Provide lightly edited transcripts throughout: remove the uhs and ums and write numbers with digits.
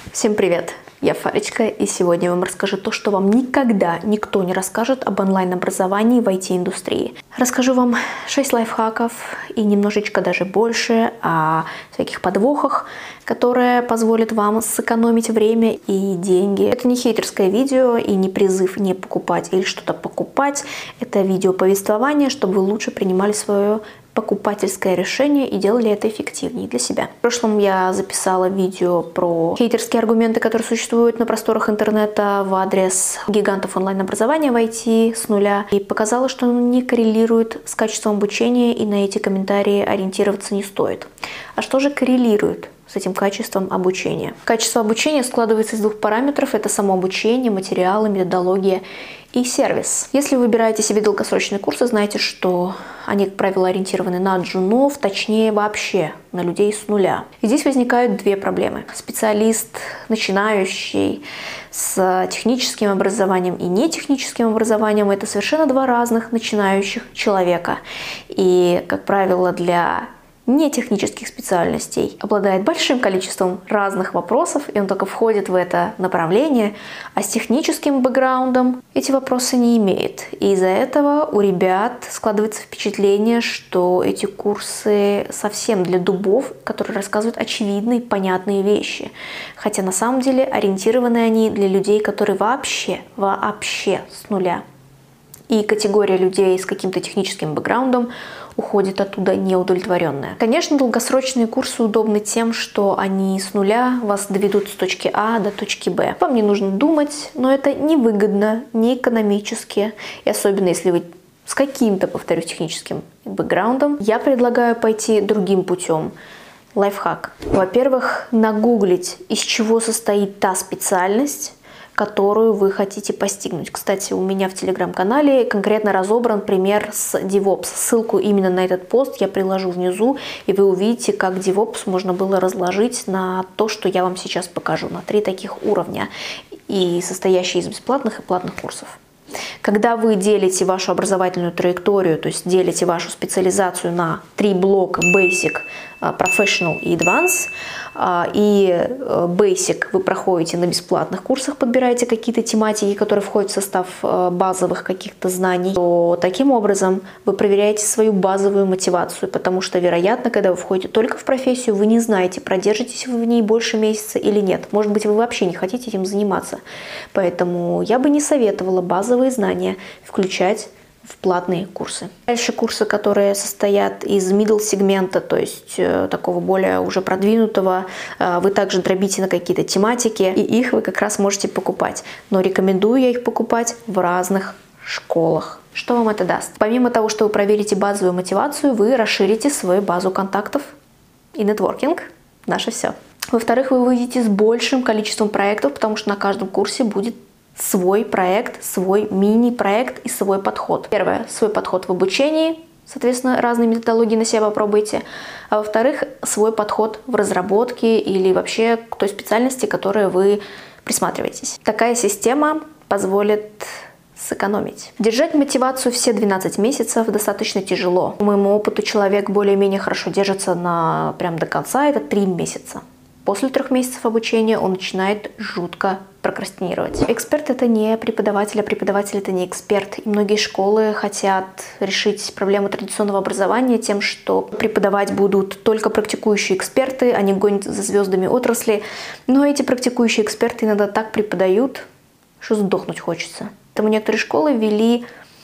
Всем привет! Я Фаречка, и сегодня я вам расскажу то, что вам никогда никто не расскажет об онлайн-образовании в IT-индустрии. Расскажу вам 6 лайфхаков и немножечко даже больше о всяких подвохах, которые позволят вам сэкономить время и деньги. Это не хейтерское видео и не призыв не покупать или что-то покупать. Это видео повествование, чтобы вы лучше принимали свое покупательское решение и делали это эффективнее для себя. В прошлом я записала видео про хейтерские аргументы, которые существуют на просторах интернета в адрес гигантов онлайн-образования в IT с нуля, и показала, что он не коррелирует с качеством обучения, и на эти комментарии ориентироваться не стоит. А что же коррелирует с этим качеством обучения? Качество обучения складывается из двух параметров. Это само обучение, материалы, методология и сервис. Если вы выбираете себе долгосрочные курсы, знайте, что они, как правило, ориентированы на джунов, точнее вообще на людей с нуля. И здесь возникают две проблемы. Специалист начинающий с техническим образованием и нетехническим образованием — это совершенно два разных начинающих человека. И, как правило, для нетехнических специальностей обладает большим количеством разных вопросов, и он только входит в это направление, а с техническим бэкграундом эти вопросы не имеет. И из-за этого у ребят складывается впечатление, что эти курсы совсем для дубов, которые рассказывают очевидные, понятные вещи. Хотя на самом деле ориентированы они для людей, которые вообще с нуля. И категория людей с каким-то техническим бэкграундом уходит оттуда неудовлетворенная. Конечно, долгосрочные курсы удобны тем, что они с нуля вас доведут с точки А до точки Б. Вам не нужно думать, но это невыгодно, не экономически, и особенно если вы с каким-то, повторюсь, техническим бэкграундом. Я предлагаю пойти другим путем. Лайфхак. Во-первых, нагуглить, из чего состоит та специальность, которую вы хотите постигнуть. Кстати, у меня в телеграм-канале конкретно разобран пример с DevOps. Ссылку именно на этот пост я приложу внизу, и вы увидите, как DevOps можно было разложить на то, что я вам сейчас покажу, на 3 таких уровня, и состоящие из бесплатных и платных курсов. Когда вы делите вашу образовательную траекторию, то есть делите вашу специализацию на 3 блока: Basic, Professional и Advanced, и Basic вы проходите на бесплатных курсах, подбираете какие-то тематики, которые входят в состав базовых каких-то знаний, то таким образом вы проверяете свою базовую мотивацию, потому что, вероятно, когда вы входите только в профессию, вы не знаете, продержитесь вы в ней больше месяца или нет. Может быть, вы вообще не хотите этим заниматься. Поэтому я бы не советовала базовые знания включать в платные курсы. Дальше курсы, которые состоят из middle сегмента, то есть такого более уже продвинутого, вы также дробите на какие-то тематики, и их вы как раз можете покупать. Но рекомендую я их покупать в разных школах. Что вам это даст? Помимо того, что вы проверите базовую мотивацию, вы расширите свою базу контактов, и нетворкинг — наше все. Во-вторых, вы выйдете с большим количеством проектов, потому что на каждом курсе будет свой проект, свой мини-проект и свой подход. Первое — свой подход в обучении, соответственно, разные методологии на себя попробуйте. А во-вторых, свой подход в разработке или вообще к той специальности, к которой вы присматриваетесь. Такая система позволит сэкономить. Держать мотивацию все 12 месяцев достаточно тяжело. По моему опыту, человек более-менее хорошо держится прям до конца, это 3 месяца. После 3 месяцев обучения он начинает жутко прокрастинировать. Эксперт — это не преподаватель, а преподаватель — это не эксперт. И многие школы хотят решить проблему традиционного образования тем, что преподавать будут только практикующие эксперты, они гонят за звездами отрасли. Но эти практикующие эксперты иногда так преподают, что сдохнуть хочется. Поэтому некоторые школы ввели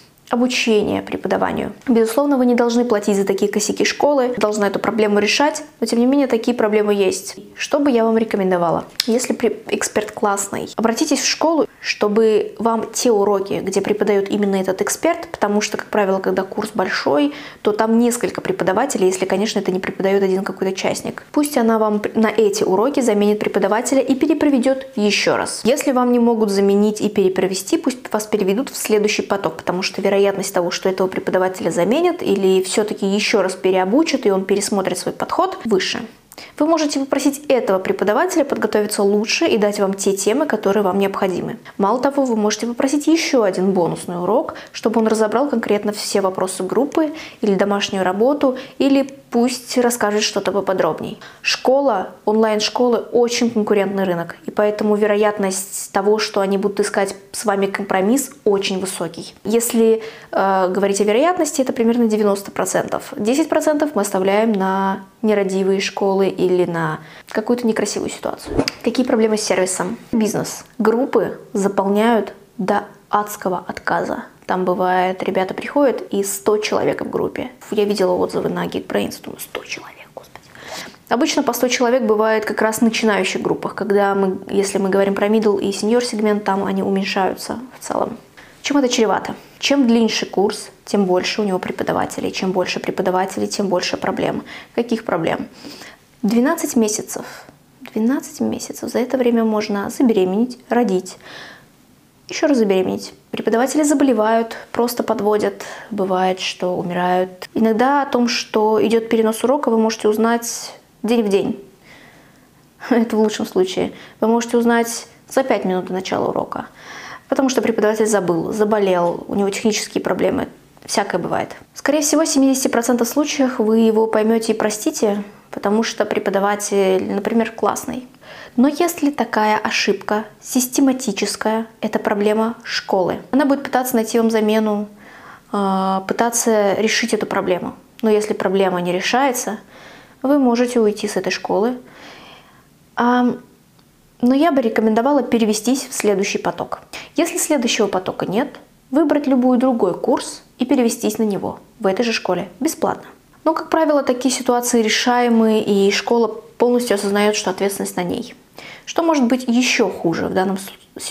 обучение преподаванию. Безусловно, вы не должны платить за такие косяки школы, должна эту проблему решать, но тем не менее такие проблемы есть. Что бы я вам рекомендовала? Если эксперт классный, обратитесь в школу, чтобы вам те уроки, где преподает именно этот эксперт, потому что, как правило, когда курс большой, то там несколько преподавателей, если, конечно, это не преподает один какой-то частник. Пусть она вам на эти уроки заменит преподавателя и перепроведет еще раз. Если вам не могут заменить и перепровести, пусть вас переведут в следующий поток, потому что вероятность того, что этого преподавателя заменят или все-таки еще раз переобучат и он пересмотрит свой подход, выше. Вы можете попросить этого преподавателя подготовиться лучше и дать вам те темы, которые вам необходимы. Мало того, вы можете попросить еще один бонусный урок, чтобы он разобрал конкретно все вопросы группы или домашнюю работу, или пусть расскажет что-то поподробней. Школа, онлайн-школы очень конкурентный рынок, и поэтому вероятность того, что они будут искать с вами компромисс, очень высокий. Если говорить о вероятности, это примерно 90%. 10% мы оставляем на нерадивые школы или на какую-то некрасивую ситуацию. Какие проблемы с сервисом? Бизнес. Группы заполняют до адского отказа. Там бывает, ребята приходят и 100 человек в группе. Я видела отзывы на Geekbrains, думаю, 100 человек, господи. Обычно по 100 человек бывает как раз в начинающих группах, когда если мы говорим про middle и senior сегмент, там они уменьшаются в целом. Чем это чревато? Чем длиннее курс, тем больше у него преподавателей. Чем больше преподавателей, тем больше проблем. Каких проблем? 12 месяцев. 12 месяцев. За это время можно забеременеть, родить. Еще раз забеременеть. Преподаватели заболевают, просто подводят, бывает, что умирают. Иногда о том, что идет перенос урока, вы можете узнать день в день. Это в лучшем случае. Вы можете узнать за 5 минут до начала урока. Потому что преподаватель забыл, заболел, у него технические проблемы. Всякое бывает. Скорее всего, в 70% случаев вы его поймете и простите, потому что преподаватель, например, классный. Но если такая ошибка систематическая, это проблема школы. Она будет пытаться найти вам замену, пытаться решить эту проблему. Но если проблема не решается, вы можете уйти с этой школы. Но я бы рекомендовала перевестись в следующий поток. Если следующего потока нет, выбрать любой другой курс и перевестись на него в этой же школе бесплатно. Но, как правило, такие ситуации решаемы, и школа полностью осознает, что ответственность на ней. Что может быть еще хуже в данном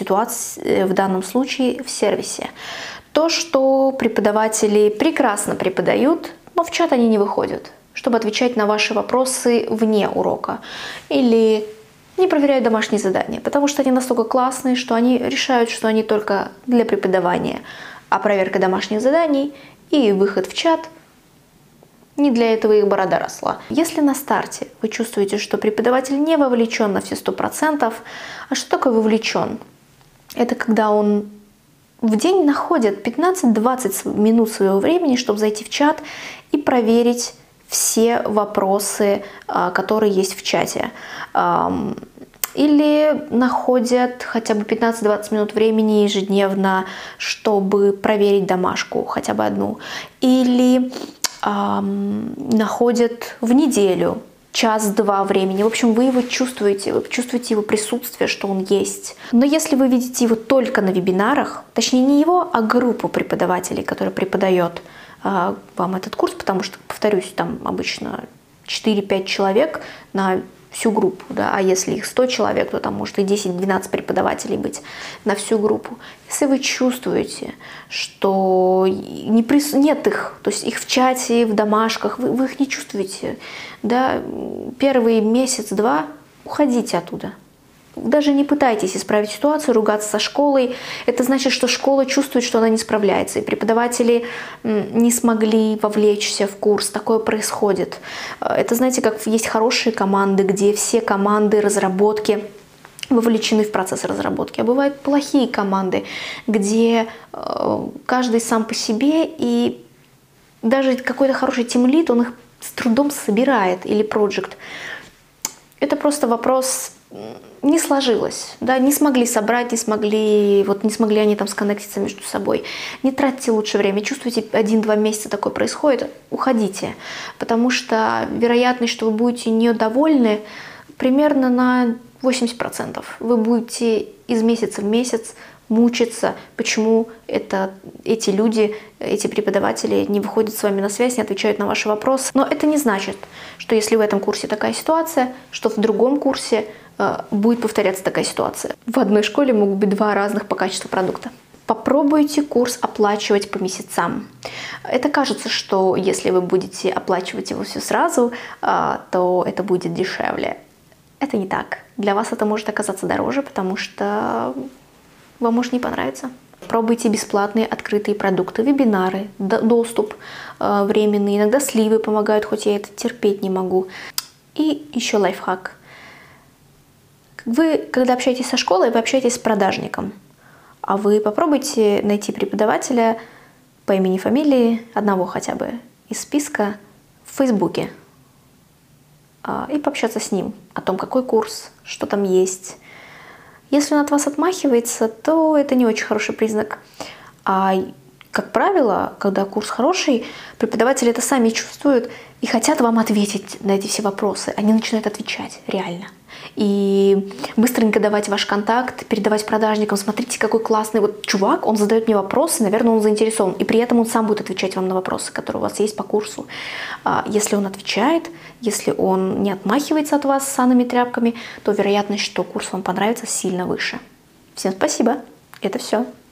случае в сервисе? То, что преподаватели прекрасно преподают, но в чат они не выходят, чтобы отвечать на ваши вопросы вне урока. Или не проверяют домашние задания, потому что они настолько классные, что они решают, что они только для преподавания. А проверка домашних заданий и выход в чат — не для этого их борода росла. Если на старте вы чувствуете, что преподаватель не вовлечен на все 100%, а что такое вовлечен? Это когда он в день находит 15-20 минут своего времени, чтобы зайти в чат и проверить все вопросы, которые есть в чате. Или находят хотя бы 15-20 минут времени ежедневно, чтобы проверить домашку, хотя бы одну. Или находят в неделю час-два времени. В общем, вы его чувствуете, вы чувствуете его присутствие, что он есть. Но если вы видите его только на вебинарах, точнее не его, а группу преподавателей, которая преподает вам этот курс, потому что, повторюсь, там обычно 4-5 человек на всю группу, да, а если их 100 человек, то там может и 10-12 преподавателей быть на всю группу. Если вы чувствуете, что нет их, то есть их в чате, в домашках, вы их не чувствуете, да, первый месяц-два уходите оттуда. Даже не пытайтесь исправить ситуацию, ругаться со школой. Это значит, что школа чувствует, что она не справляется. И преподаватели не смогли вовлечься в курс. Такое происходит. Это, знаете, как есть хорошие команды, где все команды разработки вовлечены в процесс разработки. А бывают плохие команды, где каждый сам по себе, и даже какой-то хороший тимлид, он их с трудом собирает, или проект. Это просто вопрос... Не сложилось, да, не смогли собрать, не смогли они там сконнектиться между собой. Не тратьте лучше время, чувствуете 1-2 месяца такое происходит, уходите, потому что вероятность, что вы будете недовольны, примерно на 80%. Вы будете из месяца в месяц мучиться, почему эти люди, эти преподаватели не выходят с вами на связь, не отвечают на ваши вопросы. Но это не значит, что если в этом курсе такая ситуация, что в другом курсе будет повторяться такая ситуация. В одной школе могут быть 2 разных по качеству продукта. Попробуйте курс оплачивать по месяцам. Это кажется, что если вы будете оплачивать его все сразу, то это будет дешевле. Это не так. Для вас это может оказаться дороже, потому что вам может не понравиться. Пробуйте бесплатные открытые продукты, вебинары, доступ временный. Иногда сливы помогают, хоть я это терпеть не могу. И еще лайфхак. Вы, когда общаетесь со школой, вы общаетесь с продажником. А вы попробуйте найти преподавателя по имени, фамилии, одного хотя бы из списка в Фейсбуке. и пообщаться с ним о том, какой курс, что там есть. Если он от вас отмахивается, то это не очень хороший признак. А как правило, когда курс хороший, преподаватели это сами чувствуют и хотят вам ответить на эти все вопросы. Они начинают отвечать, реально. И быстренько давать ваш контакт, передавать продажникам. Смотрите, какой классный вот чувак, он задает мне вопросы, наверное, он заинтересован. И при этом он сам будет отвечать вам на вопросы, которые у вас есть по курсу. Если он отвечает, если он не отмахивается от вас санными тряпками, то вероятность, что курс вам понравится, сильно выше. Всем спасибо. Это все.